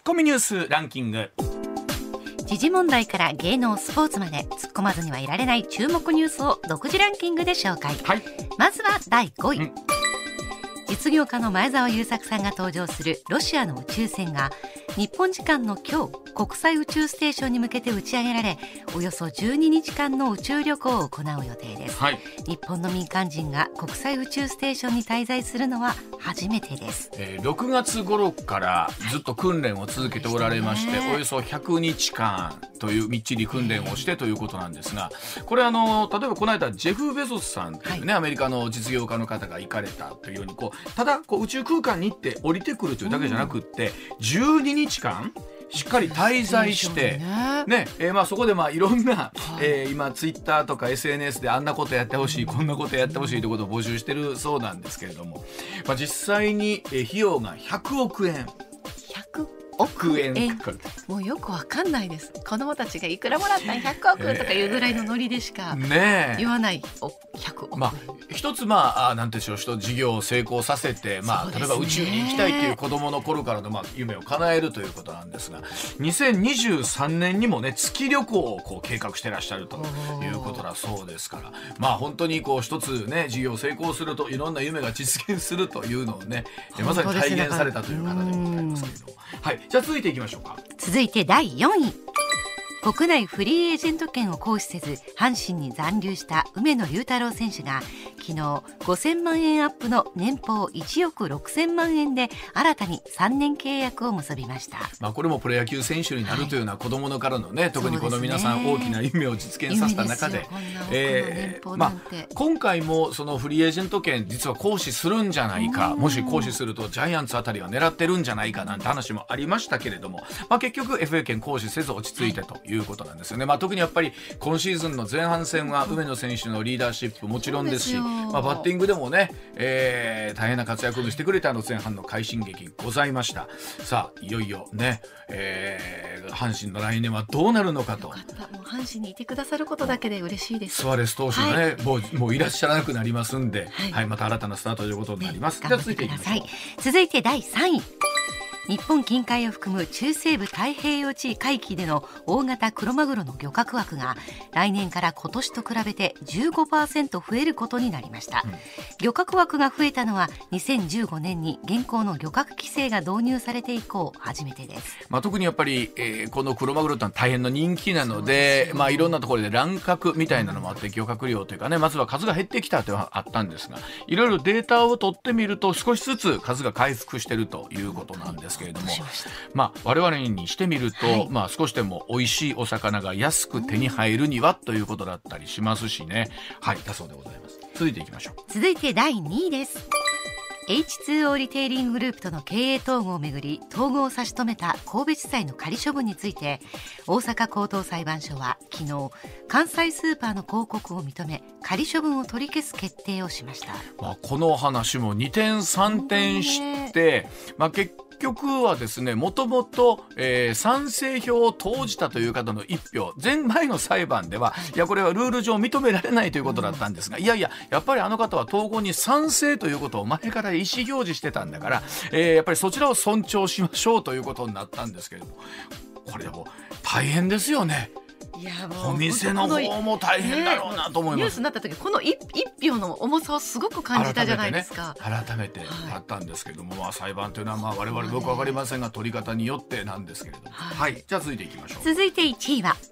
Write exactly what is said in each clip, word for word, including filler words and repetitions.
コミニュースランキング。 時事問題から芸能スポーツまで突っ込まずにはいられない注目ニュースを独自ランキングで紹介、 はい、 まずはだいごい、 うん、 実業家の前澤友作さんが登場するロシアの宇宙船が日本時間の今日国際宇宙ステーションに向けて打ち上げられ、およそじゅうににちかんの宇宙旅行を行う予定です、 はい、 日本の民間人が国際宇宙ステーションに滞在するのは初めてです、 えー、ろくがつ頃からずっと訓練を続けておられまして、はい、およそひゃくにちかんというみっちり訓練をしてということなんですが、これあの例えばこの間ジェフ・ベゾスさんというね、はい、アメリカの実業家の方が行かれたというように、こうただこう宇宙空間に行って降りてくるというだけじゃなくって、うん、じゅうににちかんしっかり滞在してね、ねえー、まあそこでまあいろんな、はいえー、今ツイッターとか エスエヌエス であんなことやってほしい、こんなことやってほしいということを募集してるそうなんですけれども、まあ、実際に、えー、費用がひゃくおくえんひゃくおくえんかかる。もうよくわかんないです。子供たちがいくらもらったんひゃくおくとかいうぐらいのノリでしか言わない、えーね、ひゃくおく、 まあ、一つまあなんていうんでしょう、一つ事業を成功させて、まあ、例えば宇宙に行きたいという子供の頃からのまあ夢を叶えるということなんですが、にせんにじゅうさんねんにもね月旅行をこう計画してらっしゃるということだそうですから、まあ本当にこう一つね事業を成功するといろんな夢が実現するというのをねまさに体現されたという方でございますけれども、はい、じゃあ続いていきましょうか。 続いてだいよんい、国内フリーエージェント権を行使せず阪神に残留した梅野隆太郎選手が昨日ごせんまんえんアップの年俸いちおくろくせんまんえんで新たにさんねん契約を結びました。 まあ、これもプロ野球選手になるというのは子どものからのね、はい、特にこの皆さん大きな夢を実現させた中で、えーまあ、今回もそのフリーエージェント権実は行使するんじゃないか、もし行使するとジャイアンツあたりが狙ってるんじゃないかなんて話もありましたけれども、まあ、結局 エフエー 権行使せず落ち着いてということなんですよね。まあ、特にやっぱり今シーズンの前半戦は梅野選手のリーダーシップもちろんですし、まあ、バッティングでもね、えー、大変な活躍をしてくれたあの前半の快進撃ございました。さあいよいよね、えー、阪神の来年はどうなるのかと。 よかった、もう阪神にいてくださることだけで嬉しいです。 スアレス投手ね、はい、もう、もういらっしゃらなくなりますんで、はいはい、また新たなスタートということになります、ね、じゃあ続いていきましょう。 続いてだいさんい、日本近海を含む中西部太平洋地域海域での大型クロマグロの漁獲枠が来年から今年と比べて じゅうごパーセント 増えることになりました、うん、漁獲枠が増えたのはにせんじゅうごねんに現行の漁獲規制が導入されて以降初めてです。 まあ、特にやっぱり、えー、このクロマグロってのは大変の人気なの で, でまあ、いろんなところで乱獲みたいなのもあって漁獲量というかね、まずは数が減ってきたというのはあったんですが、いろいろデータを取ってみると少しずつ数が回復しているということなんですけれども、まあ、我々にしてみると、はい、まあ、少しでも美味しいお魚が安く手に入るにはということだったりしますしね。はい、だそうでございます。続いていきましょう。 続いてだいにいです。エイチツーオー リテイリンググループとの経営統合をめぐり統合を差し止めた神戸地裁の仮処分について、大阪高等裁判所は昨日関西スーパーの広告を認め仮処分を取り消す決定をしました。 まあ、この話もにてんさんてんして、まあ、結結局はですね、もともと賛成票を投じたという方の一票、前前の裁判では、はい、いやこれはルール上認められないということだったんですが、いやいややっぱりあの方は統合に賛成ということを前から意思表示してたんだから、えー、やっぱりそちらを尊重しましょうということになったんですけれども、これでも大変ですよね。 いやもうお店の方も大変だろうなと思います、ね、 ニュースになった時この 一, 一票の重さをすごく感じたじゃないですか。 改めて、ね、改めてあったんですけれども、はい、まあ、裁判というのはまあ我々よく分かりませんが取り方によってなんですけれども、はいはい、じゃあ続いていきましょう。 続いていちいは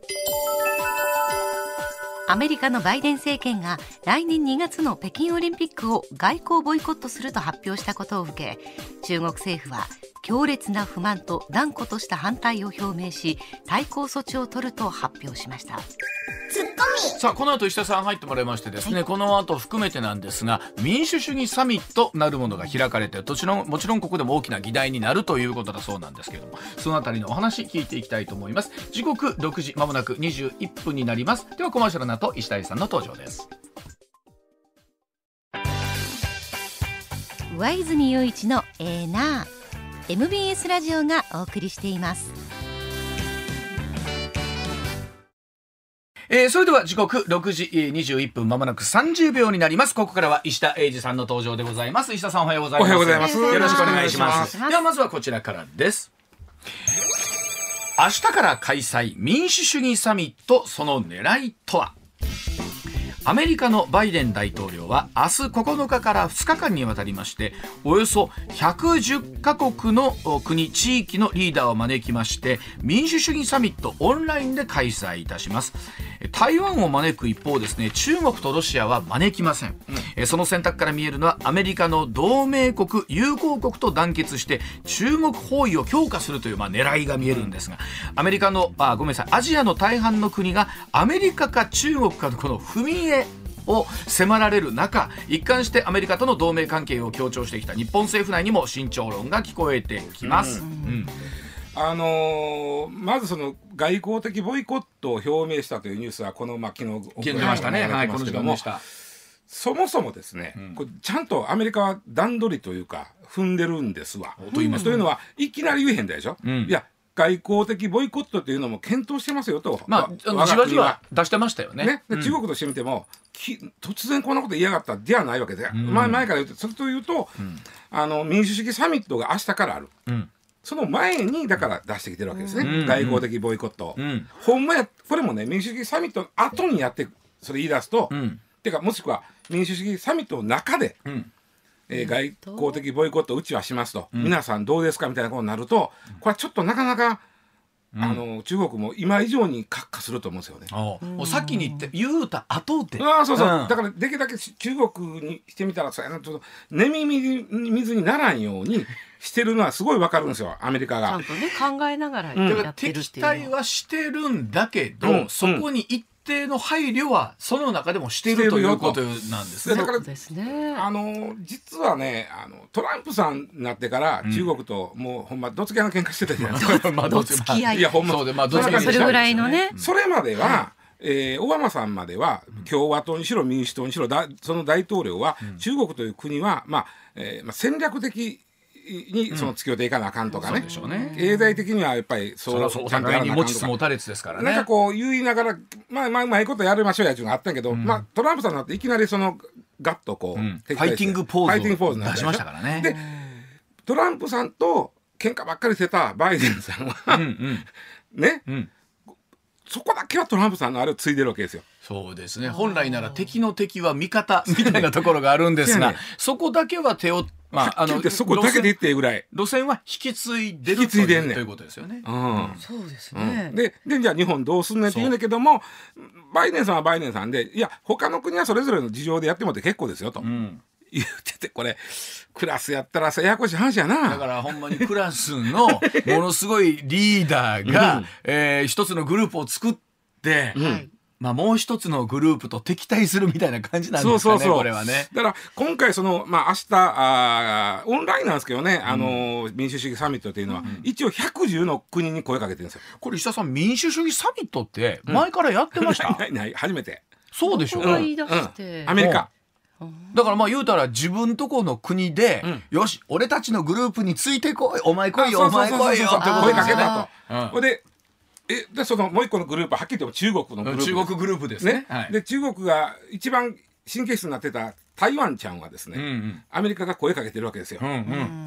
アメリカのバイデン政権が来年にがつの北京オリンピックを外交ボイコットすると発表したことを受け、中国政府は強烈な不満と断固とした反対を表明し対抗措置を取ると発表しました。 さあこの後石田さん入ってもらいましてですね、はい、この後含めてなんですが、民主主義サミットなるものが開かれて、もちろんもちろんここでも大きな議題になるということだそうなんですけれども、そのあたりのお話聞いていきたいと思います。時刻ろくじまもなくにじゅういっぷんになります。ではコマーシャルの後石田さんの登場です。 上泉雄一のエーナー エムビーエス ラジオがお送りしています。 えー、それでは時刻ろくじにじゅういっぷんまもなくさんじゅうびょうになります。ここからは石田英二さんの登場でございます。石田さんおはようございます。 おはようございます。 よろしくお願いします。ではまずはこちらからです。 明日から開催民主主義サミット、その狙いとは。アメリカのバイデン大統領は明日ここのかからふつかかんにわたりまして、およそひゃくじゅっかこくの国地域のリーダーを招きまして民主主義サミットオンラインで開催いたします。台湾を招く一方ですね、中国とロシアは招きません、うん、その選択から見えるのはアメリカの同盟国友好国と団結して中国包囲を強化するという、まあ、狙いが見えるんですが、アメリカのあごめんなさいアジアの大半の国がアメリカか中国かのこの踏み絵を迫られる中、一貫してアメリカとの同盟関係を強調してきた日本政府内にも慎重論が聞こえてきます、うんうんあのー、まずその外交的ボイコットを表明したというニュースはこの、まあ、昨日出ましたね、はい、この時間でした。 そもそもですね、うん、これちゃんとアメリカは段取りというか踏んでるんですわ。と言いますというのはいきなり言えへんでしょ、うん、いや外交的ボイコットというのも検討してますよと、 まあ、じわじわ出してましたよね。 ね、で、うん、中国としてみてもき突然こんなこと言いやがったではないわけで、うん、前, 前から言ってそれというと、うん、あの民主主義サミットが明日からある、うん、その前にだから出してきてるわけですね、うん、外交的ボイコット、うん、ほんまやこれもね民主主義サミットの後にやってそれ言い出すと、うん、てかもしくは民主主義サミットの中で、うんえー、外交的ボイコットうちはしますと、うん、皆さんどうですかみたいなことになると、これはちょっとなかなかうん、あの中国も今以上に閣下すると思うんですよね。 おさっきに言って言うた後で、 あそうそう、うん、だからできるだけ中国にしてみたらそうやな、ちょっと寝耳水にならんようにしてるのはすごいわかるんですよ、アメリカが。 ちゃんとね考えながらやってるっていうのは、うん、 敵対はしてるんだけど、うん、そこに一定の配慮はその中でもしているということなんですね。 だからですね、 あの実はねあのトランプさんになってから中国ともうほんまどつき合いの喧嘩してたじゃないですか。 まあどつき合い、 いやほんまそうで、まあ、どつき合いそれぐらいのね、 それまでは、はい、えー、オバマさんまでは共和党にしろ民主党にしろだその大統領は、うん、中国という国は、まあえーまあ、戦略的にその付き合っていかなあかんとかね、うん、そうでしょうね、経済的にはやっぱりそうそうちゃんとやらなあかんとか、持ちつ持たれつですからね。 なんかこう言いながらまあまあうまいことやりましょうやっていうのがあったんやけど、うん、まあトランプさんになっていきなりそのガッとこう、うん、 ファイティングポーズを出しましたからね。 でトランプさんと喧嘩ばっかりしてたバイデンさんは、うんうん、ね、うん、そこだけはトランプさんのあれを継いでるわけですよ。 そうですね、本来なら敵の敵は味方みたいなところがあるんですが、ね、そこだけは手をまあ、あのそこだけで言っていいぐらい路線は引き継いでるということですよね。 うん、そうですね、 うん、で, でじゃあ日本どうすんねんって言うんだけども、バイデンさんはバイデンさんで、いや他の国はそれぞれの事情でやってもらって結構ですよと、うん、言ってて、これクラスやったらややこしい話やな。 だからほんまにクラスのものすごいリーダーが、うんえー、一つのグループを作って、うんまあ、もう一つのグループと敵対するみたいな感じなんですかね。そうそうそう、これはね。 だから今回その、まあ、明日あオンラインなんですけどね、うん、あの民主主義サミットというのは、うん、一応ひゃくじゅうの国に声かけてるんですよ。 これ石田さん、民主主義サミットって前からやってました？ うん、ないない初めて。 そうでしょう、 うんうん、 アメリカだからまあ言うたら自分とこの国で、うん、よし俺たちのグループについてこい、お前来いよお前来いよって声かけたと。でえでそのもう一個のグループははっきり言っても中国のグループ中国グループですね。 はい、で中国が一番神経質になってた台湾ちゃんはですね、うんうん、アメリカが声かけてるわけですよ、うんうん、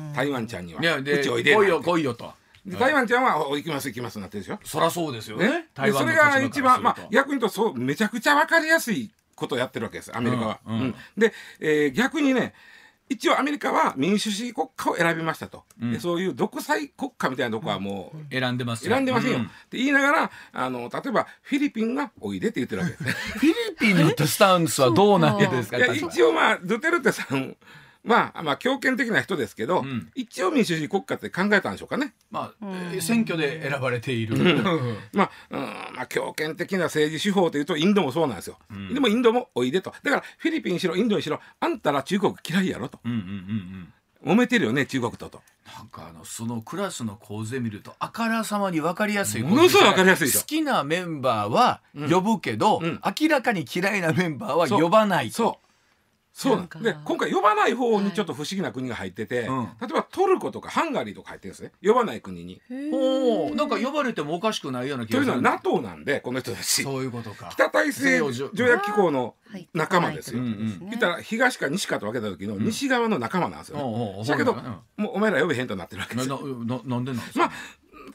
台湾ちゃんには。いやでうちおいで来いよ来いよと。 で台湾ちゃんは行きます行きますなってるでしょ。 そりゃそうですよね。 ねでそれが一番、まあ、逆に言うとそうめちゃくちゃ分かりやすいことをやってるわけですアメリカは。うんうんうん、で、えー、逆にね一応アメリカは民主主義国家を選びましたと、うん、でそういう独裁国家みたいなとこはもう、うん、 選んでますよ選んでませんよ、うん、って言いながらあの例えばフィリピンがおいでって言ってるわけですね。 フィリピンのスタンスはどうなんですか？ いや一応まあドゥテルテさんまあまあ強権的な人ですけど、うん、一応民主主義国家って考えたんでしょうかね。 まあ、うん、選挙で選ばれている、 うんまあうんまあ、強権的な政治手法というとインドもそうなんですよ、うん、でもインドもおいでと。だからフィリピンにしろインドにしろあんたら中国嫌いやろと、うんうんうんうん、揉めてるよね中国とと。 なんかあのそのクラスの構図見るとあからさまに分かりやすいものすごい分かりやすいでしょ。 好きなメンバーは呼ぶけど、うんうん、明らかに嫌いなメンバーは呼ばない。 そうそうなんで今回呼ばない方にちょっと不思議な国が入ってて、はい、例えばトルコとかハンガリーとか入ってるんですね、呼ばない国に。 おなんか呼ばれてもおかしくないような気がする。 というのは NATO なんでこの人たちそういうことか北大西洋条約機構の仲間ですよ。言ったら東か西かと分けた時の西側の仲間なんですよ、ね、うん、だけど、うん、もうお前ら呼べへんとなってるわけですよ。 なななんでなんですか。 まあ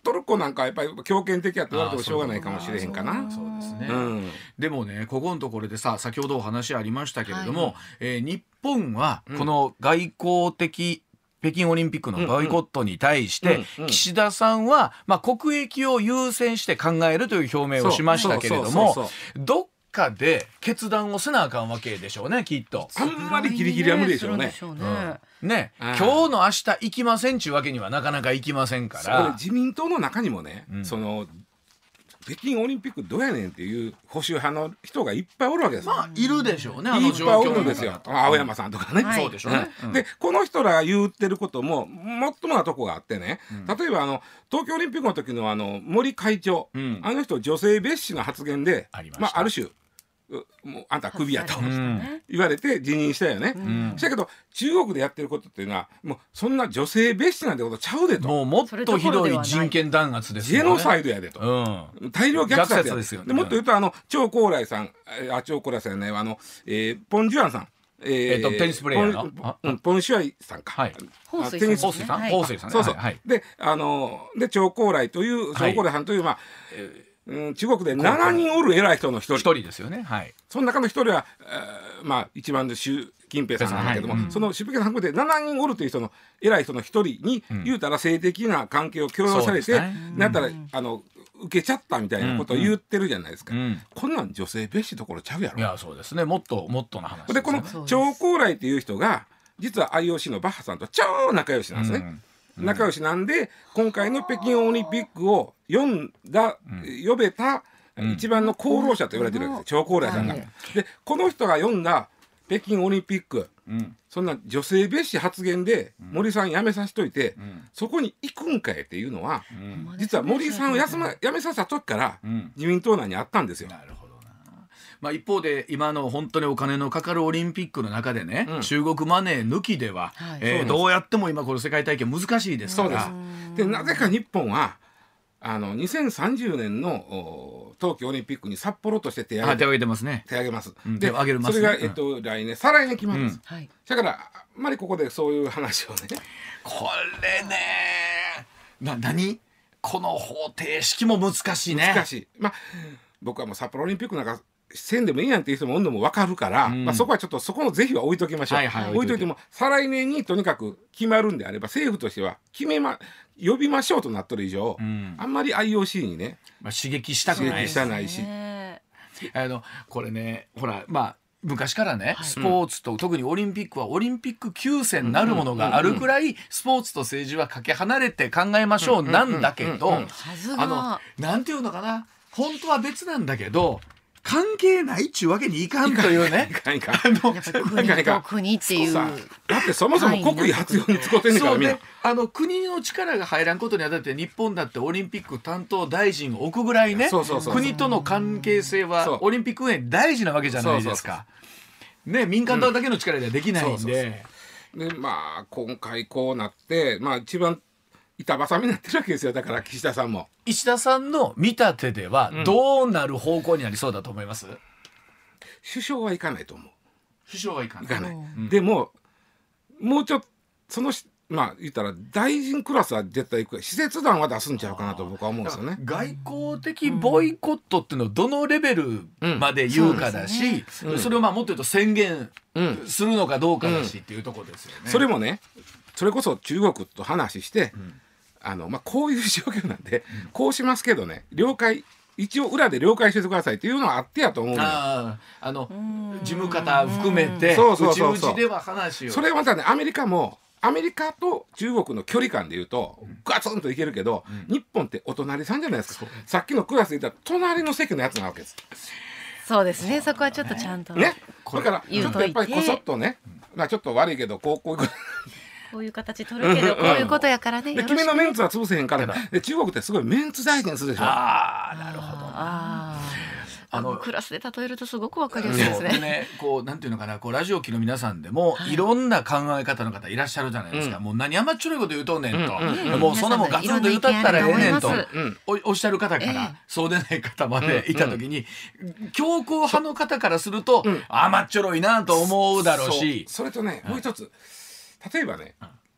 トルコなんかやっぱり強権的やって言われてもしょうがないかもしれへんかな。 そうですね、 うん、 でもねここのところでさ先ほどお話ありましたけれども、 はいえー、日本はこの外交的、うん、北京オリンピックのボイコットに対して、うんうん、岸田さんは、まあ、国益を優先して考えるという表明をしましたけれども、どっかで決断をせなあかんわけでしょうねきっと。 あんまりギリギリは無理でしょうね。 うん、ね、今日の明日行きませんちゅうわけにはなかなか行きませんから。 自民党の中にもね、うん、その北京オリンピックどうやねんっていう保守派の人がいっぱいおるわけです。 まあいるでしょうね。 いっぱいおるんですよ。青山さんとかね。 はい、そうでしょうね。 うん、でこの人らが言ってることももっともなとこがあってね、うん、例えばあの東京オリンピックの時のあの森会長、うん、あの人女性蔑視の発言で、ありました。まあある種もうあんたクビやと言われて辞任したよね。だけど中国でやってることっていうのはもうそんな女性蔑視なんてことちゃうでと。 もうもっとひどい人権弾圧ですよね。 ジェノサイドやでと、うん、大量虐殺やですよ、ね、でもっと言うとあの張高麗さんあ張高麗さんねあの、えー、ポン・ジュアンさん、 えーえー、とテニスプレーヤーのポン、ポンシュアイさんか、はい、 テニスさん、彭帥さん、 そうそう、はい、であので張高麗という張高麗さんという、まあ、えーうん、中国でしちにんおる偉い人の一人、 一人ですよね。はい。その中の一人は、えー、まあ一番で習近平さんなんだけども、はい、うん、その習近平さんでしちにんおるという人の偉い人の一人に、うん、言うたら性的な関係を強要されて、ね、なったら、うん、あの受けちゃったみたいなことを言ってるじゃないですか。うんうん、こんなん女性蔑視どころちゃうやろ。 いやそうですね。もっともっとの話です、ね。 でこの張高麗っていう人が実は アイオーシー のバッハさんと超仲良しなんですね。うんうん、仲良しなんで今回の北京オリンピックを呼んだ、うん、呼べた一番の功労者と言われてるわけですよ、張高麗さんが。でこの人が読んだ北京オリンピック、うん、そんな女性蔑視発言で森さん辞めさせといて、うん、そこに行くんかいっていうのは、うん、実は森さんを休ま辞めさせた時から自民党内にあったんですよ。 なるほどな。まあ、一方で今の本当にお金のかかるオリンピックの中でね、うん、中国マネー抜きでは、はい、えー、どうやっても今この世界大会難しいですから。 そうです。でなぜか日本はあのにせんさんじゅうねんの冬季オリンピックに札幌として手を挙げてますね。手を挙げます。 うん、で、挙げますね、 それが、えっと、うん、来年再来年決まるんです。うん、はい、だからあんまりここでそういう話をね。 これねな何この方程式も難しいね。 難しい。まあ僕はもう札幌オリンピックなんかせんでもいいやんっていう人もおんのも分かるから、うん、まあ、そこはちょっとそこの是非は置いときましょう。はいはい、置いといても再来年にとにかく決まるんであれば政府としては決めま呼びましょうとなってる以上、うん、あんまり アイオーシー にね、 まあ、刺激したくない刺激したないし、 あのこれねほらまあ昔からね、はい、スポーツと、うん、特にオリンピックはオリンピック休戦なるものがあるくらいスポーツと政治はかけ離れて考えましょうなんだけど、あのなんていうのかな本当は別なんだけど関係ないっちゅうわけにいかんというね。 やっぱり国と国っていう。 だってそもそも国威発揚に使ってんねんからみんな。 あの国の力が入らんことにはだって日本だってオリンピック担当大臣を置くぐらいね、国との関係性はオリンピック運営大事なわけじゃないですか。ね、民間党だけの力ではできないんで。 でまあ今回こうなってまあ一番板挟みになってるわけですよ。だから岸田さんも石田さんの見立てではどうなる方向になりそうだと思います？うん、 首相はいかないと思う。 首相はいかない。 いかない。うん、でももうちょっとそのまあ言ったら大臣クラスは絶対行く。使節団は出すんちゃうかなと僕は思うんですよね。 外交的ボイコットっていうのをどのレベルまで言うかだし、うん そ, ねうん、それをまあもっと言うと宣言するのかどうかだしっていうところですよね。 うん、それもねそれこそ中国と話して、うんあのまあ、こういう状況なんで、うん、こうしますけどね了解一応裏で了解しててくださいっていうのはあってやと思うのよ。 ああの事務方含めてうちうちでは話をそれはまたねアメリカもアメリカと中国の距離感でいうとガツンといけるけど、うん、日本ってお隣さんじゃないですか。さっきのクラスで言ったら隣の席のやつなわけです。 そうですね。そこはちょっとちゃんとねだからちょっとやっぱりこそっとね、まあ、ちょっと悪いけどこうこういうこういう形取るけど、こういうことやからね。 で君のメンツは潰せへんから。で中国ってすごいメンツ大事にするでしょ。 ああなるほど。 ああのクラスで例えるとすごくわかりやすいですね。 ねこうなんていうのかなこうラジオ機の皆さんでも、はい、いろんな考え方の方いらっしゃるじゃないですか。うん、もう何甘っちょろいこと言うとんねんと、うんうん、もうそんなもんガツンと歌ったらええねんと、うん、お, おっしゃる方から、えー、そうでない方までいた時に、うんうん、強硬派の方からすると、うん、甘っちょろいなと思うだろうし、 そ, それとねもう一つ、例えばね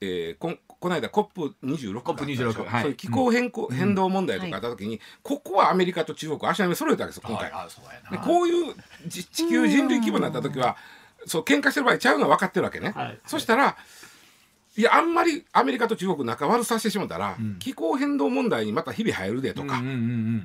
えー、こ, この間 コップにじゅうろくコップにじゅうろく、はい、 そういう気候変更、うん、変動問題とかあった時に、うん、ここはアメリカと中国足並み揃えたわけです今回、はい、そうやな。でこういう地球人類規模になった時はそう喧嘩してる場合ちゃうのは分かってるわけね、はい、そしたらいやあんまりアメリカと中国仲悪させてしまったら、うん、気候変動問題にまた日々入るでとか、うんうんうんうん、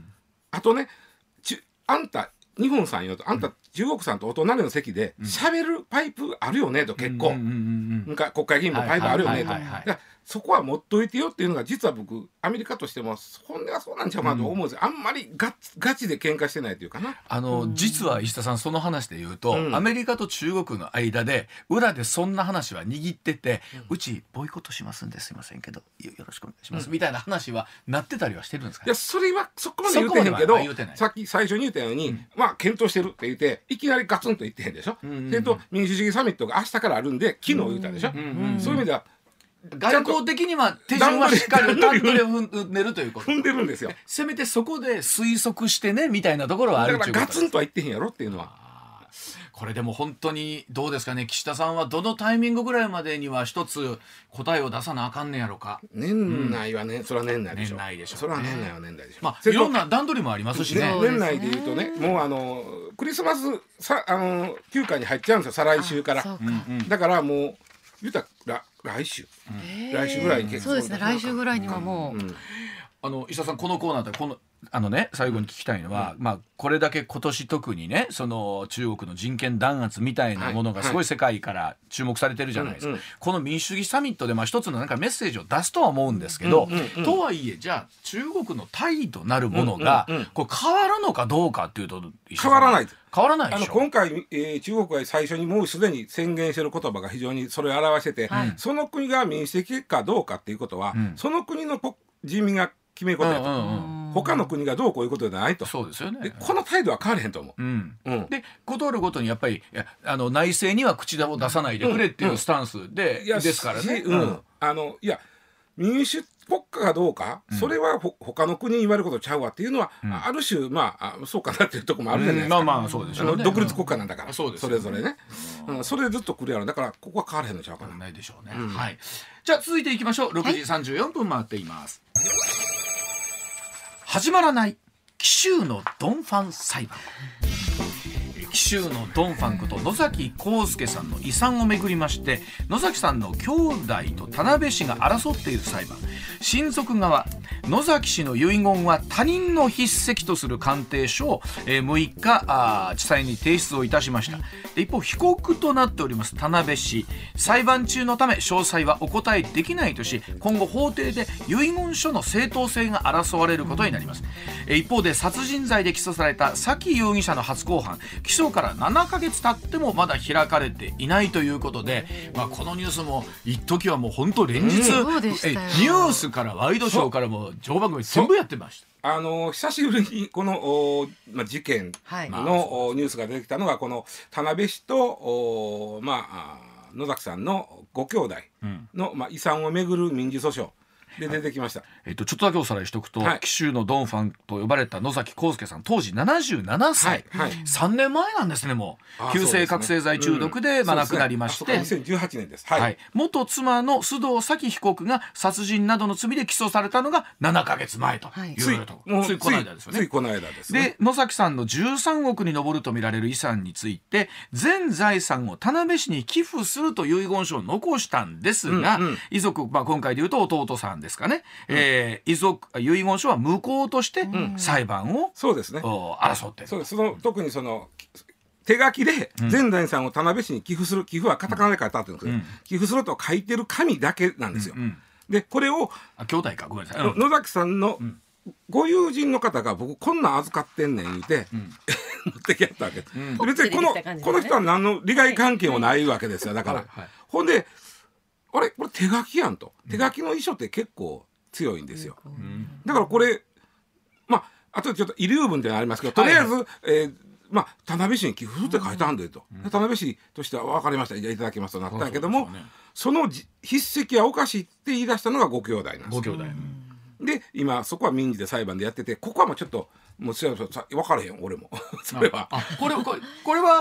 あとねちあんた日本さんよとあんた中国さんとお隣の席で喋るパイプあるよねと結構、うんうんうんうん、国会議員もパイプあるよねと、そこは持っといてよっていうのが実は僕アメリカとしても本音はそうなんちゃうかなと思うんですよ、うん、あんまりガチ、ガチで喧嘩してないというかな。 あの、うん、実は石田さんその話で言うと、うん、アメリカと中国の間で裏でそんな話は握ってて、うん、うちボイコットしますんですいませんけど よ, よろしくお願いします、うん、みたいな話はなってたりはしてるんですか、ね、 いやそれはそこまで言うてへんけどさっき最初に言ったように、うん、まあ検討してるって言っていきなりガツンと言ってへんでしょ、うんうんうん、それと民主主義サミットが明日からあるんで昨日言ったでしょ、うんうんうん、そういう意味では外交的には手順はしっかり段取りを踏んでるということ踏んでるんですよ。 せめてそこで推測してねみたいなところはあるだからガツンとは言ってへんやろっていうのは。 これでも本当にどうですかね岸田さんはどのタイミングぐらいまでには一つ答えを出さなあかんねやろか。 年内はね、うん、それは年内でしょ。 年内でしょ、ね、 それは年内は年内でしょ。 まあいろんな段取りもありますしね。 ね年内で言うとねもうあのクリスマスさあの休暇に入っちゃうんですよ再来週から。かだからもう言ったら来週、うん、来週ぐらいに結構そうですね来週ぐらいにはもう、うんうん、 あの石田さんこのコーナーでこのあのね最後に聞きたいのは、うんまあ、これだけ今年特にねその中国の人権弾圧みたいなものがすごい世界から注目されてるじゃないですか、はいはい、この民主主義サミットでまあ一つのなんかメッセージを出すとは思うんですけど、うんうんうん、とはいえじゃあ中国の大義となるものが、うんうんうん、これ変わるのかどうかっていうと変わらない変わらないでしょ。 あの今回、えー、中国が最初にもうすでに宣言している言葉が非常にそれを表してて、はい、その国が民主的かどうかっていうことは、うん、その国の人民が決めることやと、うんうんうん、他の国がどうこういうことじゃないと。 そうですよね。 でこの態度は変われへんと思う、うんうん、でことあるごとにやっぱりあの内政には口を出さないでくれっていうスタンスで、うんうん、ですからね、 うんうん、あのいや民主国家がどうか、うん、それはほ他の国に言われることちゃうわっていうのは、うん、ある種まあそうかなっていうところもあるじゃないですか、 うん、まあまあそうでしょうね、 あの独立国家なんだから、うん、そ, それぞれね、 うんうん、それでずっと来るやろだからここは変わらへんのちゃうかな。 ないでしょうね、うんはい、じゃあ続いていきましょう。ろくじさんじゅうよんぷん回っています、はい、始まらない紀州のドンファン裁判。紀州のドンファンこと野崎幸助さんの遺産をめぐりまして野崎さんの兄弟と田辺氏が争っている裁判。親族側野崎氏の遺言は他人の筆跡とする鑑定書をむいか地裁に提出をいたしました。で一方被告となっております田辺氏裁判中のため詳細はお答えできないとし今後法廷で遺言書の正当性が争われることになります。一方で殺人罪で起訴された崎容疑者の初公判起訴からななかげつ経ってもまだ開かれていないということで、まあ、このニュースも一時はもう本当連日、うん、えニュースからワイドショーからも情番組全部やってました。 あの久しぶりにこの、まあ、事件の、はい、ニュースが出てきたのがこの田辺氏と、まあ、野崎さんのご兄弟の、うんまあ、遺産をめぐる民事訴訟で出てきました。 えっと、ちょっとだけおさらいしておくと、はい、紀州のドンファンと呼ばれた野崎幸助さん当時ななじゅうななさい、はいはい、さんねんまえなんですね。もう急性覚醒剤中毒で、うんまあ、亡くなりまして、 にせんじゅうはちねんです、はいはい、元妻の須藤早貴被告が殺人などの罪で起訴されたのがななかげつまえという、はい、とついこの間ですよね。 ついこの間ですね。 で野崎さんのじゅうさんおくに上るとみられる遺産について全財産を田辺氏に寄付するという遺言書を残したんですが、うんうん、遺族、まあ、今回でいうと弟さんですかね、うんえーえー、遺族遺言書は無効として裁判を、うん、 そうですね争っている。 そうです。その特にその手書きで全財産を田辺氏に寄付する、寄付はカタカナで書いてあってるんですけど、うん、寄付すると書いてる紙だけなんですよ、うんうん、でこれをあ兄弟かごめんなさい、 うん、野崎さんのご友人の方が僕こんなん預かってんねん言うて、うん、持ってきやったわけです、うん、別にこの、ね、この人は何の利害関係もないわけですよ。だから、はいはい、ほんであれこれ手書きやんと、手書きの遺書って結構強いんですよ、うん、だからこれまああとちょっと遺留分ってのありますけどとりあえず、はいはいえーまあ、田辺氏に寄付って書いてあるんでと、うん、田辺氏としては分かりました、じゃあいただきますとなったんやけども、うん そ, ね、その筆跡はおかしいって言い出したのがご兄弟なんです。 ご兄弟、 うん、で今そこは民事で裁判でやっててここはもうちょっともう分からへん俺もそれはああこれこれこれは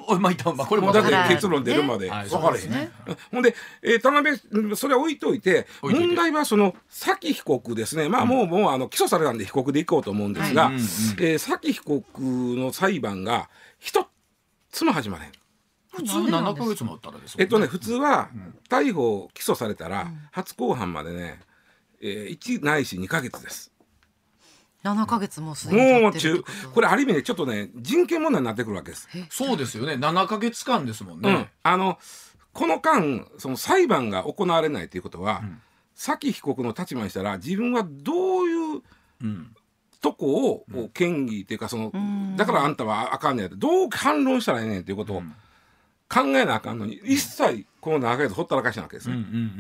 おまあ、まあ、これもだって結論出るまで分からへん、ね、ほんで、えー、田辺それは置いといて問題はその崎被告ですね。まあもう、うん、もうあの起訴されたんで被告でいこうと思うんですが、はい、うんうん、えー、崎被告の裁判が一つも始まれへん。 普通ななかげつもあったらですもんね。 えっとね普通は逮捕起訴されたら初公判までね、えー、いちないしにかげつです。 ななかげつもすでに経ってるってこと。 もう中これある意味ねちょっとね人権問題になってくるわけです。 そうですよね。ななかげつかんですもんね、 うん、あのこの間その裁判が行われないということは、うん、崎被告の立場にしたら自分はどういう、うん、とこを、うん、権利っていうかその、うん、だからあんたはあかんねんってどう反論したらええねんっていうことを考えなあかんのに、うん、一切このななかげつほったらかしなわけですね。うんうんうんうん、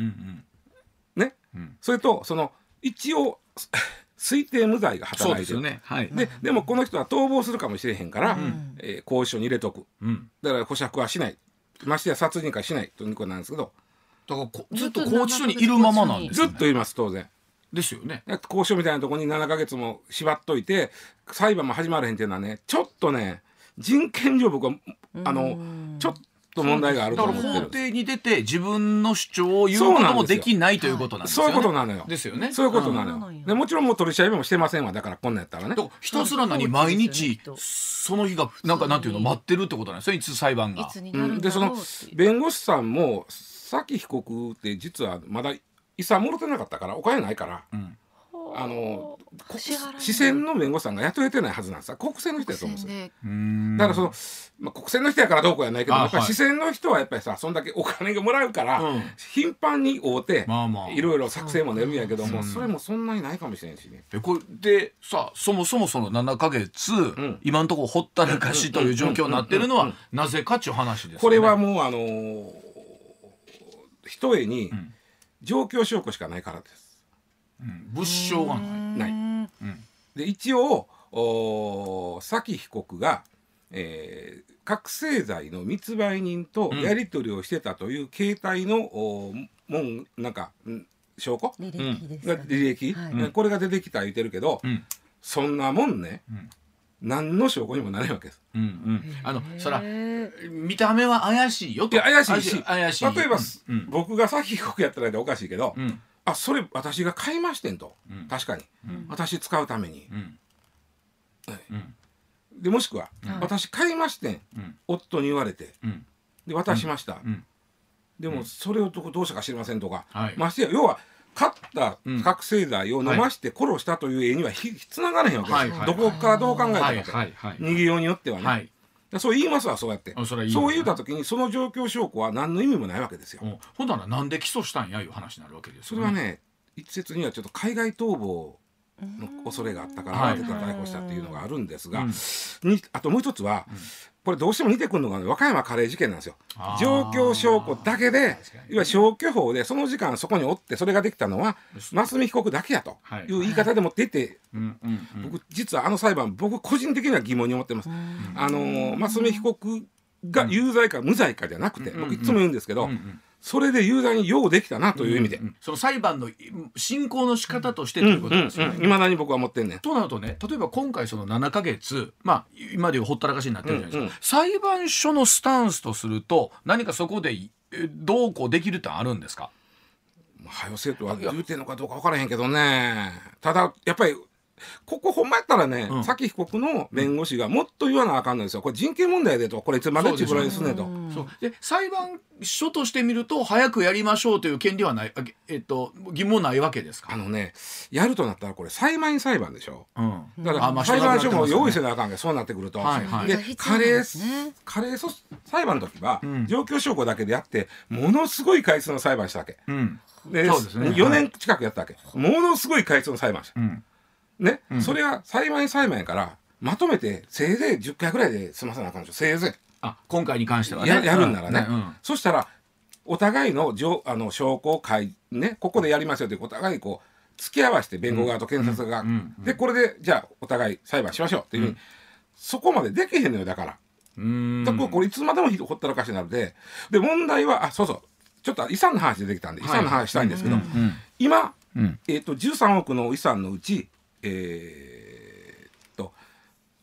ね、うん、それとその一応推定無罪が働いてる。 で, ね、はい、で, でもこの人は逃亡するかもしれへんから、うんえー、拘置所に入れとく、うん、だから保釈はしない、ましてや殺人かしないということなんですけど、 だからずっと拘置所にいるままなんですね。 ずっといます当然ですよね。 交渉みたいなところにななかげつも縛っといて裁判も始まらへんっていうのはねちょっとね人権上僕はあのちょっと問題があると思ってる。 だから法廷に出て自分の主張を言うこともできないということなんですよね。 そういうことなのよ。 ですよね。 そういうことなのよ。でもちろんもう取り調べもしてませんわ。だからこんなんやったらね。 ひたすら何毎日その日がなんかなんていうの待ってるってことなんですよ。いつ裁判が。 いつになるんだろうっていう。 でその弁護士さんも崎被告って実はまだ遺産もろてなかったからお金ないから。うんあの四川の弁護士さんが雇えてないはずなんですよ。国選の人やと思うんですよ。だからその、まあ、国選の人やからどうこうやないけどやっぱり四川の人はやっぱりさそんだけお金がもらうから、うん、頻繁に会うて、まあまあ、いろいろ作成も練るんやけども、うん、それもそんなにないかもしれんしね。 でこれでさそもそもそのななかげつ、うん、今のところほったらかしという状況になってるのはなぜかっちゅう話ですよね。 これはもうあのー、ひとえに状況証拠しかないからです。 うん、物証がない。 ない、うん、で一応崎被告が、えー、覚醒剤の密売人とやり取りをしてたという携帯の、うん、もんなんか証拠履歴ですかね、 履歴、はい、これが出てきた言ってるけど、うん、そんなもんね、うん、何の証拠にもなれるわけです。 うんうん、あのそら見た目は怪しいよと。 いや怪しいし怪しい例えば、うん、僕が崎被告やったらおかしいけど、うんあそれ私が買いましてんと、うん、確かに、うん、私使うために、うんはいうん、でもしくは、うん、私買いましてん、うん、夫に言われて、うん、で渡しました、うん、でもそれをどうしたか知りませんとか、はい、ましてや要は買った覚醒剤を飲まして殺したという絵にはひつながれへんわけです、はい、どこからどう考えたかって、はいはい、逃げようによってはね、はいそう言いますわそうやってそいいそう言った時にその状況証拠は何の意味もないわけですよ。 ほんならなんで起訴したんやいう話になるわけですよね。 それはね一説にはちょっと海外逃亡の恐れがあったから慌てて逮捕したっていうのがあるんですが、うん、にあともう一つは、うん、これどうしても似てくるのが、ね、和歌山カレー事件なんですよ。状況証拠だけでいわゆる消去法でその時間そこにおってそれができたのは増見被告だけやという言い方でもっていて、僕実はあの裁判僕個人的には疑問に思ってます。あの増見被告が有罪か無罪かじゃなくて、僕いつも言うんですけど、それで有罪にようできたなという意味で、うんうん、 その裁判の進行の仕方としてということですよね。 いまだに僕は思ってんねん。 となるとね例えば今回そのななかげつまあ今でいうほったらかしになってるじゃないですか、うんうん、裁判所のスタンスとすると何かそこでどうこうできるってあるんですか。 はよせとは言うてんのかどうか分からへんけどね。ただやっぱりここほんまやったらね、うん、崎被告の弁護士がもっと言わなあかんのですよ。これ人権問題でとこれいつまでちぐらいすんねんと。 そうで裁判所としてみると早くやりましょうという権利はない、えっと、疑問ないわけですか。 あのねやるとなったらこれ裁判員裁判でしょ、うん、だから裁判所も用意せなあかんけどそうなってくると、はいはい、でカレーカレー裁判の時は、うん、状況証拠だけでやってものすごい回数の裁判したわけ、うん、でそうですね、よねん近くやったわけ、はい、ものすごい回数の裁判した、うんねうん、それは裁判員裁判やからまとめてせいぜいじゅっかいぐらいで済まさなあかんでしょ。せいぜいあ今回に関してはねや, やるんならね、うんうん、そしたらお互いのあの証拠を書いねここでやりますよってお互いこう付き合わせて弁護側と検察側が、うんうんうん、でこれでじゃあお互い裁判しましょうっていうふうに、うん、そこまでできへんのよ。だからうーんだからこれいつまでもほったらかしになるでで問題はあそうそうちょっと遺産の話出てきたんで遺産の話したいんですけど、はいうんうん、今、うんえー、とじゅうさんおくの遺産のうちえー、っと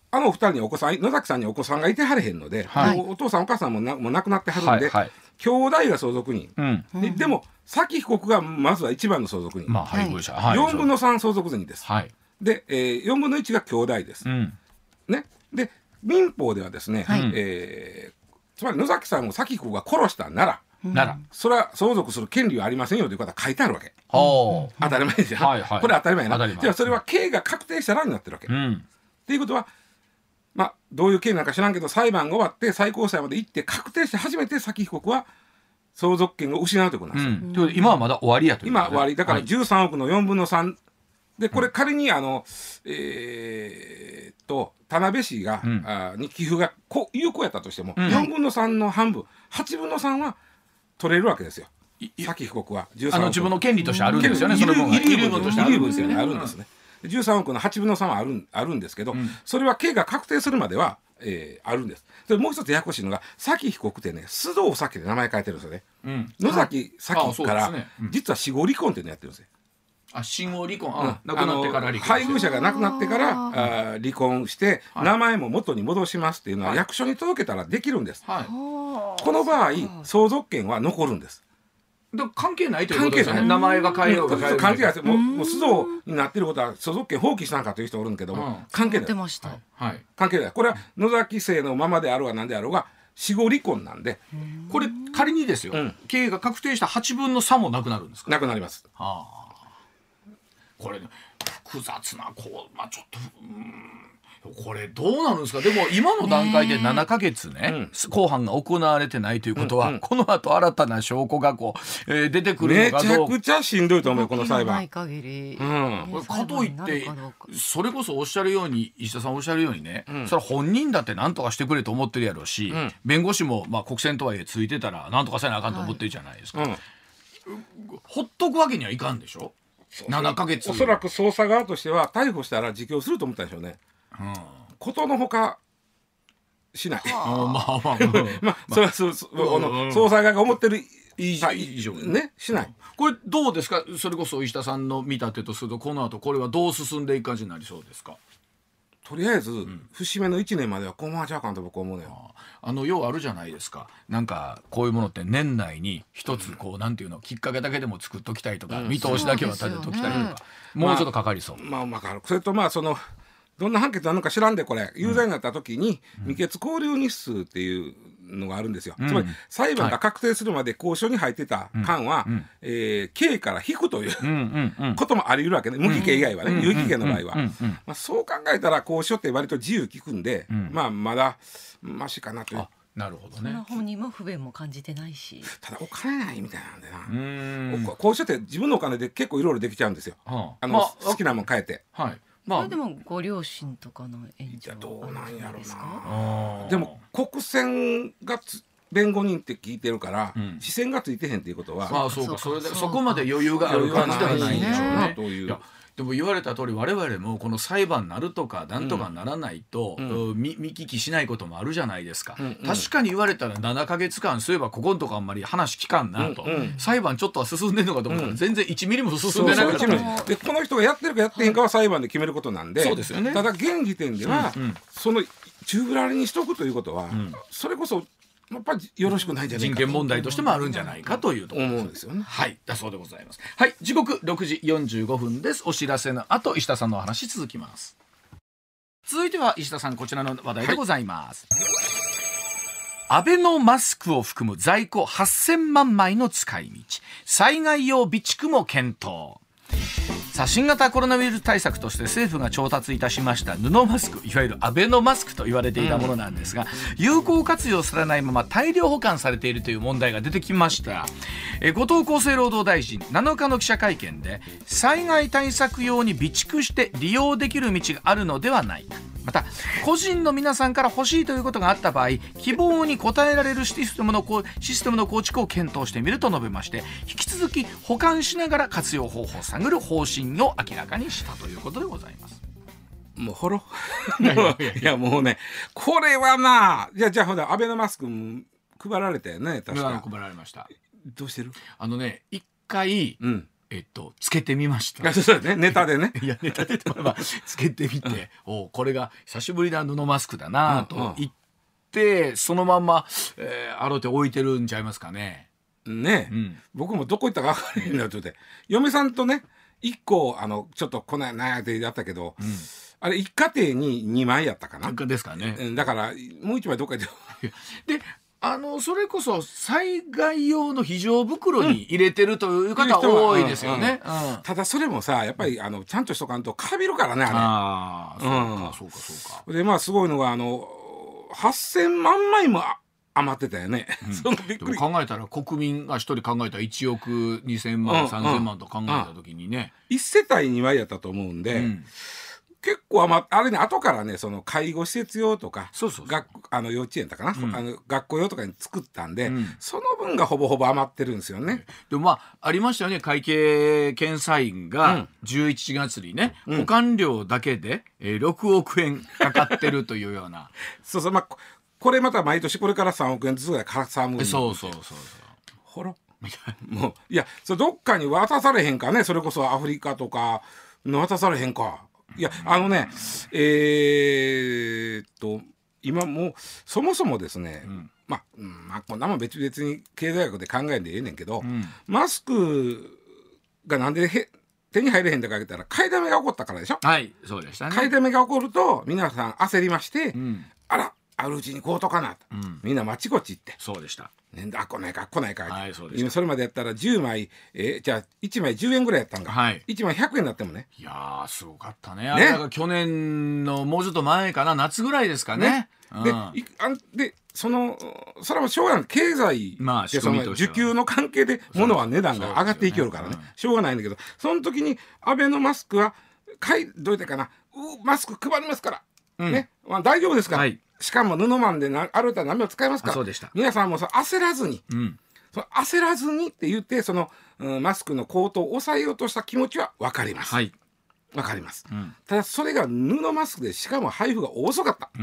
あのお二人にお子さん、野崎さんにお子さんがいてはれへんので、はい、お, お父さんお母さんも な, もう亡くなってはるんで、はいはい、兄弟が相続人、うん、で, でも崎被告がまずは一番の相続人、まあ、配偶者、はい、よんぶんのさん相続人です、はい、で、えー、よんぶんのいちが兄弟です、うんね、で民法ではですね、はい、えー、つまり野崎さんを崎被告が殺したなら、ならそれは相続する権利はありませんよということが書いてあるわけ、うん、当たり前ですよ、はいはい、これは当たり前やな。じゃあそれは刑が確定したらになってるわけ、うん、っていうことは、まあ、どういう刑なんか知らんけど裁判が終わって最高裁まで行って確定して初めて崎被告は相続権を失うということなんですよ、うん、 今はまだ終わりやということ、ね、 今は終わりだからじゅうさんおくのよんぶんのさんで、これ仮にあの、えー、と田辺市が、うん、あに寄付がこ有効やったとしても、うん、よんぶんのさんの半分はちぶんのさんは取れるわけですよ。崎被告はじゅうさんおく、 あの自分の権利としてあるんですよね。 その分が遺留分としてあるんですよね。あるんですね。じゅうさんおくのはちぶんのさんはある、あるんですけど、うん、それは刑が確定するまでは、えー、あるんです。でもう一つややこしいのが崎被告ってね須藤崎で名前変えてるんですよね、うん、野崎崎から、ね、うん、実は死後離婚っていうのやってるんですよ。 あ、死後離婚、あ、亡くなってから離婚、 配偶者が亡くなってからあ離婚して、はい、名前も元に戻しますっていうのは、はい、役所に届けたらできるんです、はい、この場合相続権は残るんです。 だ関係ないということですよね。名前が変えようが変えようが関係ないです。もう、もう須藤になっていることは相続権放棄したんかという人おるんけども、うん、関係ない。 ました、 はい、関係ない。これは野崎姓のままであろうが何であろうが死後離婚なんで、 これ仮にですよ、うん、刑が確定したはちぶんのさんもなくなるんですか。 なくなります、 はあ、これ複雑なこう、まあ、ちょっとうーんこれどうなるんですか。でも今の段階でななかげつね、ね、公判が行われてないということは、うんうん、この後新たな証拠がこう、えー、出てくるのかどうか。 めちゃくちゃしんどいと思うよこの裁判。 ない限り、 うん、かといってそれこそおっしゃるように石田さんおっしゃるようにね、うん、それは本人だって何とかしてくれと思ってるやろうし、うん、弁護士も、まあ、国選とはいえついてたら何とかせなあかんと思ってるじゃないですか、はい、うん、ほっとくわけにはいかんでしょ。ななかげつ。 おそらく捜査側としては逮捕したら自供すると思ったんでしょうね、うん、ことのほかしない。まあまあまあまあそれはそうそう、うんうん、捜査側が思ってる以上ねしない、うん、 これどうですか。それこそ石田さんの見立てとするとこの後これはどう進んでいく感じになりそうですか。 とりあえず、うん、節目のいちねんまではこのままちゃうかんと僕は思うのよ。 あのようあるじゃないですか。なんかこういうものって年内に一つこう、うん、なんていうのきっかけだけでも作っときたいとか、うん、見通しだけは立てときたいとか、ね、もうちょっとかかりそう。 まあまあ、まあ、それとまあそのどんな判決なのか知らんでこれ有罪になった時に、うん、未決交留日数っていうのがあるんですよ、うん、つまり裁判が確定するまで交渉に入ってた間は、うん、えー、刑から引くという、うんうん、こともあり得るわけね。無期刑以外はね、うん、有期刑の場合は、うんうん、まあ、そう考えたら交渉って割と自由利くんで、うん、まあまだマシかなという。 なるほどね。そ本人も不便も感じてないし、 ただお金ないみたいなんでな。うーん、交渉って自分のお金で結構いろいろできちゃうんですよ、はあ、あの、まあ、好きなもん変えて、 はい、 まあ、でもご両親とかの援助はどうなんやろな。でも国選がつ弁護人って聞いてるから、うん、視線がついてへんっていうことは、 まあそうか、それでそこまで余裕がある感じではないんでしょうね。という。いやでも言われた通り我々もこの裁判なるとかなんとかならないと、うん、見, 見聞きしないこともあるじゃないですか、うんうん、確かに言われたらななかげつかんそういえばここのとこあんまり話聞かんなと、うんうん、裁判ちょっとは進んでるのかと思ったら、うん、全然いちミリも進んでなかった。そうそうでこの人がやってるかやってへんかは裁判で決めることなんで、そうですよね。ただ現時点では、うんうん、その宙ぶらりにしとくということは、うん、それこそやっぱりよろしくないんじゃないか、 人権問題としてもあるんじゃないかというところですよね。 はい、だそうでございます。はい、時刻ろくじよんじゅうごふんです。お知らせの後石田さんのお話続きます。続いては石田さんこちらの話題でございます、はい、アベノマスクを含む在庫はっせんまんまいの使い道、災害用備蓄も検討。さあ、新型コロナウイルス対策として政府が調達いたしました布マスク、いわゆるアベノマスクと言われていたものなんですが、うん、有効活用されないまま大量保管されているという問題が出てきました。え後藤厚生労働大臣なのかの記者会見で、災害対策用に備蓄して利用できる道があるのではないか、また個人の皆さんから欲しいということがあった場合、希望に応えられるシステムのシステムの構築を検討してみると述べまして、引き続き保管しながら活用方法を探る方針を明らかにしたということでございます。 もうほろいやもうね、これはな、じゃあじゃあほらアベノマスクも配られたよね。確か配られました。 どうしてる？ あのね、一回、うん、 えっとつけてみました。 そうだね、ネタでね。 いやネタでまあつけてみて、うん、おこれが久しぶりな布マスクだなと言って、うん、そのまんま、えー、あろうて置いてるんちゃいますかね。 ね、うん、僕もどこ行ったか分からへんなって嫁さんとねいっこあのちょっとこないなやってやったけど、うん、あれ一家庭ににまいやったかなですかね。 だからもういちまいどっかでであのそれこそ災害用の非常袋に入れてるという方多いですよね。 ただそれもさやっぱりあのちゃんとしとかんとかびるからねあれ。 ああ、そうかそうかそうか。 でまあすごいのがあのはっせんまんまいも余ってたよね。 うん、そのびっくり。考えたら国民がひとり考えたらいちおくにせんまんさんぜんまんと考えた時にね、 いっせたいにまいやったと思うんで。うん、結構余あれね後からねその介護施設用とか学あの幼稚園だかな、うん、あの学校用とかに作ったんで、うん、その分がほぼほぼ余ってるんですよね。 でもまあありましたよね、会計検査院がじゅういちがつにね、うん、保管料だけで、えー、ろくおくえんかかってるというようなそうそう、まあこれまた毎年これからさんおくえんずつぐらいかさむ。 そうそうそうそうほらもういやそれどっかに渡されへんかね、それこそアフリカとか渡されへんか。いやあのねえー、っと今もうそもそもですね、うん、まあ、うん、まあこんなもん別々に経済学で考えんでええねんけど、うん、マスクがなんでへ手に入れへんだか言ったら買いだめが起こったからでしょ。 はいそうでしたね。 買いだめが起こると皆さん焦りまして、うん、あらあるうちに買うとかなと、うん、みんなまちこち行って。 そうでした。 ね、あ来ないか来ないか、 はい、そうでした。 それまでやったらじゅうまい、えー、じゃあいちまいじゅうえんぐらいやったんか、はい、いちまいひゃくえんになってもね。 いやーすごかったね。あれが去年のもうちょっと前かな、夏ぐらいですかね。ね、 うん、でいあでそのそれはしょうがない、経済で、まあ、その需給の関係で物は値段が上がっていけるからね、ね、うん、しょうがないんだけど、その時にアベノマスクは買いどうやってかな、マスク配りますから、うん、ね、まあ、大丈夫ですから、はい、しかも布マンでなある程度何も使えますから、 そうでした。 皆さんもそ焦らずに、うん、その焦らずにって言ってその、うん、マスクの高騰を抑えようとした気持ちは分かります。はい、分かります、うん、ただそれが布マスクでしかも配布が遅かった、うん、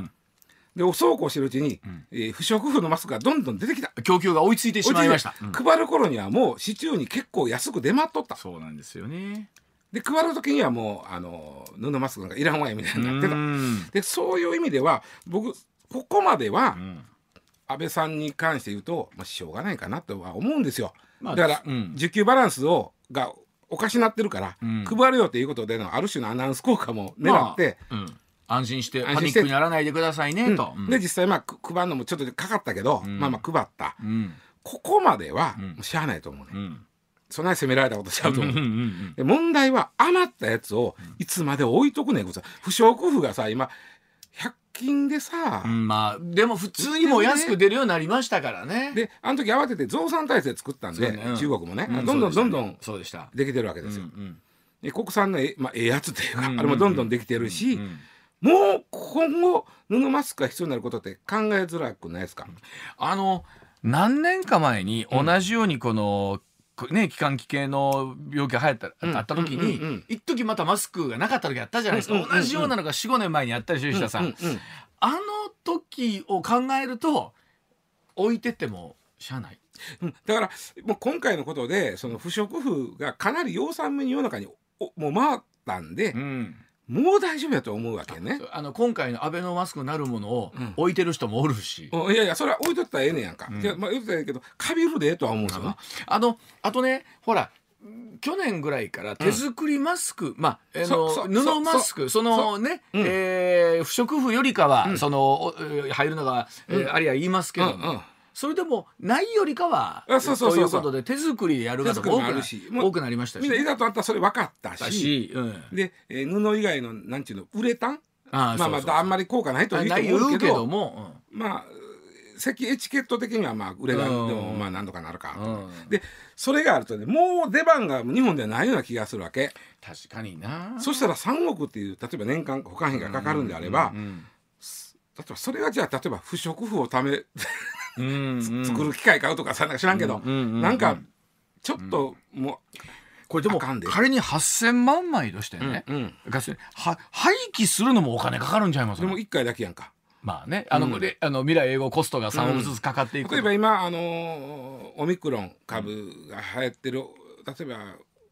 でそうこうしてるうちに、うん、えー、不織布のマスクがどんどん出てきた。 供給が追いついてしまいました、 うん、配る頃にはもう市中に結構安く出回っとった。 そうなんですよね。 で配る時にはもうあの布マスクなんかいらんわいみたいになってた。でそういう意味では僕ここまでは、うん、安倍さんに関して言うと、まあ、しょうがないかなとは思うんですよ、まあ、だから、うん、需給バランスをがおかしなってるから、うん、配るよということでのある種のアナウンス効果も狙って、まあ、うん、 安心してパニックにならないでくださいねと、 うん、で実際まあ配るのもちょっとかかったけど、うん、まあまあ配った、うん、ここまでは、もうしゃあないと思うね、うん、そんなに責められたことしちゃうと思う。で問題は余ったやつをいつまで置いとくねん。不織布がさ今ひゃく均でさ、 うん、まあでも普通にも安く出るようになりましたからね。 であの時慌てて増産体制作ったんで、ね、うん、中国もね、うん、どんどんどんどんできてるわけですよ。うんうん、で国産のええ、まあ、ええやつっていうか、うんうんうん、あれもどんどんできてるし、うんうん、もう今後布マスクが必要になることって考えづらくないですか。 あの何年か前に同じようにこの、うんね、気管気系の病気が流行った、うん、あった時に、うんうんうん、一時またマスクがなかった時あったじゃないですか、うんうんうんうん、同じようなのが よん,ご 年前にあったりしてさ、うんうんうん、あの時を考えると置いてってもしゃあない、 うん、だからもう今回のことでその不織布がかなり養蚕目に世の中にもう回ったんで、うん、もう大丈夫やと思うわけね。 あの今回のアベノマスクなるものを置いてる人もおるし、 うん、いやいやそれは置いとったらええねんやんか、うん、いやまあ言うとったらええけどかびるでええとは思うんですよね。 あのあとねほら去年ぐらいから手作りマスク、うん、まあ、あの布マスクそのね、うん、えー、不織布よりかは、うん、その入るのが、うん、えー、ありゃ言いますけども、うんうん、それでもないよりかはということで手作りでやる方も多く な, 多くなりましたし、 みんないざとあったらそれ分かったし、うん、で、えー、布以外のなんちゅうのウレタンあまあまああんまり効果ないという人もいるけど、も、うん、まあ席エチケット的にはまあウレタンでもまあ何とかなるかと、うん、でそれがあるとねもう出番が日本ではないような気がするわけ。 確かにな。 そしたらさんおくっていう例えば年間保管費がかかるんであれば、うんうんうん、例えばそれがじゃあ例えば不織布をためうん、うん、作る機械買うとかさなんか知らんけど、うんうんうんうん、なんかちょっともう、うん、 これでも仮にはっせんまんまいとしてね、うんうん、は廃棄するのもお金かかるんちゃいますか。 でもいっかいだけやんか。 まあね、あの、うん、あの未来永劫コストがさんおくずつかかっていく、 うん、例えば今あのオミクロン株が流行ってる、例えば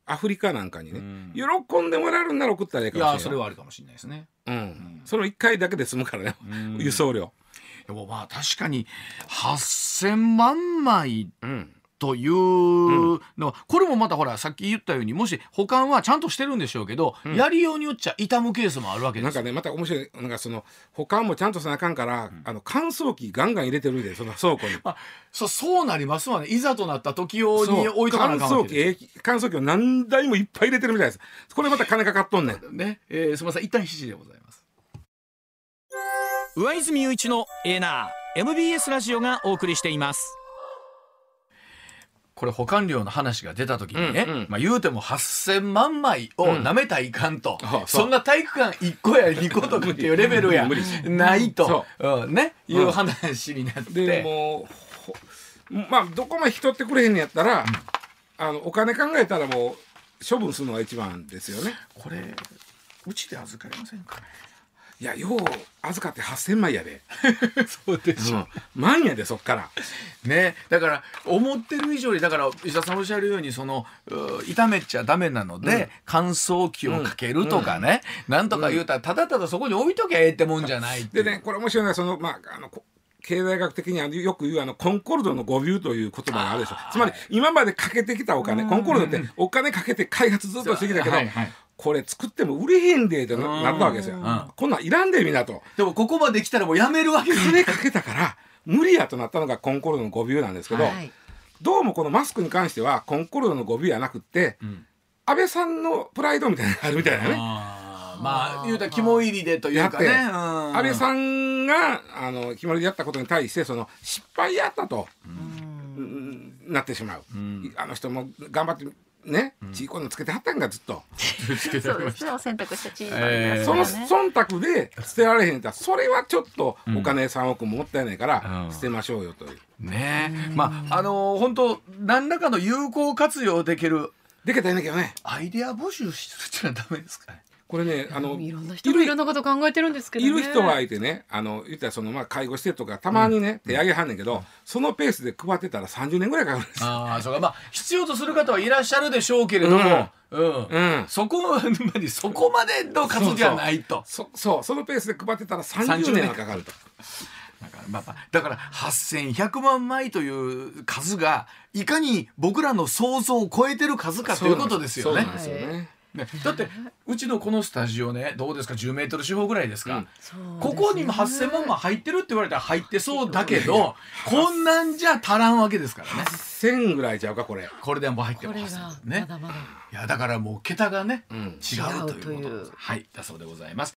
アフリカなんかにね、うん、喜んでもらえるんなら送ったらいいかもしれない。いやそれはあるかもしれないですね、 うんうん、そのいっかいだけで済むからね、うん、輸送料。 でもまあ確かにはっせんまんまいというのは、うん、これもまたほらさっき言ったようにもし保管はちゃんとしてるんでしょうけど、うん、やりようによっちゃ傷むケースもあるわけです。 なんかねまた面白いなんかその保管もちゃんとせなあかんから、うん、あの乾燥機ガンガン入れてるでその倉庫に、まあ、 そ, そうなりますわね。いざとなった時用に置いとかなあかんわけです。 乾燥機を何台もいっぱい入れてるみたいです。これまた金かかっとんねんね、えー、すみません一旦七時でございます。 上泉雄一のエーナー エムビーエス ラジオがお送りしています。 これ保管料の話が出た時にね、うんうん、まあ、言うてもはっせんまんまいをなめたらいかんと、うん、そんな体育館いっこやにことかっていうレベルやないと、うん、ね、いう話になって、 でもうまあどこまで引き取ってくれへんのやったら、うん、あのお金考えたらもう処分するのが一番ですよね。 これうちで預かりませんかね。 いやよう預かってはっせんまいやでそうでしょ、うん、 万やでそっからね。だから思ってる以上にだから石田さんおっしゃるようにその傷めちゃダメなので、うん、乾燥機をかけるとかね、うん、なんとか言うたらただただそこに置いときゃええってもんじゃないでね。これ面白いのはそのまああの経済学的にはよく言うあのコンコルドの誤謬という言葉があるでしょ。つまり今までかけてきたお金、コンコルドってお金かけて開発ずっとしてきたけど、はいはい、これ作っても売れへんでってなったわけですよ、うん、こんなんいらんでみんなと。 でもここまで来たらもうやめるわけです。 金かけたから無理やとなったのがコンコルドの誤謬なんですけど、はい、どうもこのマスクに関してはコンコルドの誤謬はなくって、うん、安倍さんのプライドみたいなのがあるみたいなね。 あまあ言うたら肝入りでというかね、うん、 安倍さんがあの肝入りでやったことに対してその失敗やったと、うん、なってしまう、うん、あの人も頑張ってね、うん、チーコのつけてはったんがずっとそうですね、お洗濯したチーズ、 えー、その忖度で捨てられへんってそれはちょっとお金さんおくももったいないから捨てましょうよという、 うん、ねえ、まああのー、本当何らかの有効活用できるできたらいいんだけどね。 アイデア募集するってのはダメですかね。 これねあのいろんな人がいろんなこと考えてるんですけどね。 いる人がいてねあの言ったらその、まあ、介護施設とかたまにね、うん、手挙げはんねんけど、うん、そのペースで配ってたらさんじゅうねんぐらいかかるんですよ。 あそうか、まあ、必要とする方はいらっしゃるでしょうけれども、うんうんうん、そこまでそこまでの数じゃないと。 そうそう、そう、そのペースで配ってたらさんじゅうねんはかかると。 だから、まあ、だからはっせんひゃくまんまいという数がいかに僕らの想像を超えてる数かということですよね。 そうなんですよね。 ね、だってうちのこのスタジオねどうですかじゅうメートル四方ぐらいですか、うん、ここにもはっせんまんまん入ってるって言われたら入ってそうだけどこんなんじゃ足らんわけですからね。はっせんぐらいちゃうかこれこれでも入ってますね。まだまだいやだからもう桁がね、うん、違うということ、はい、だそうでございます。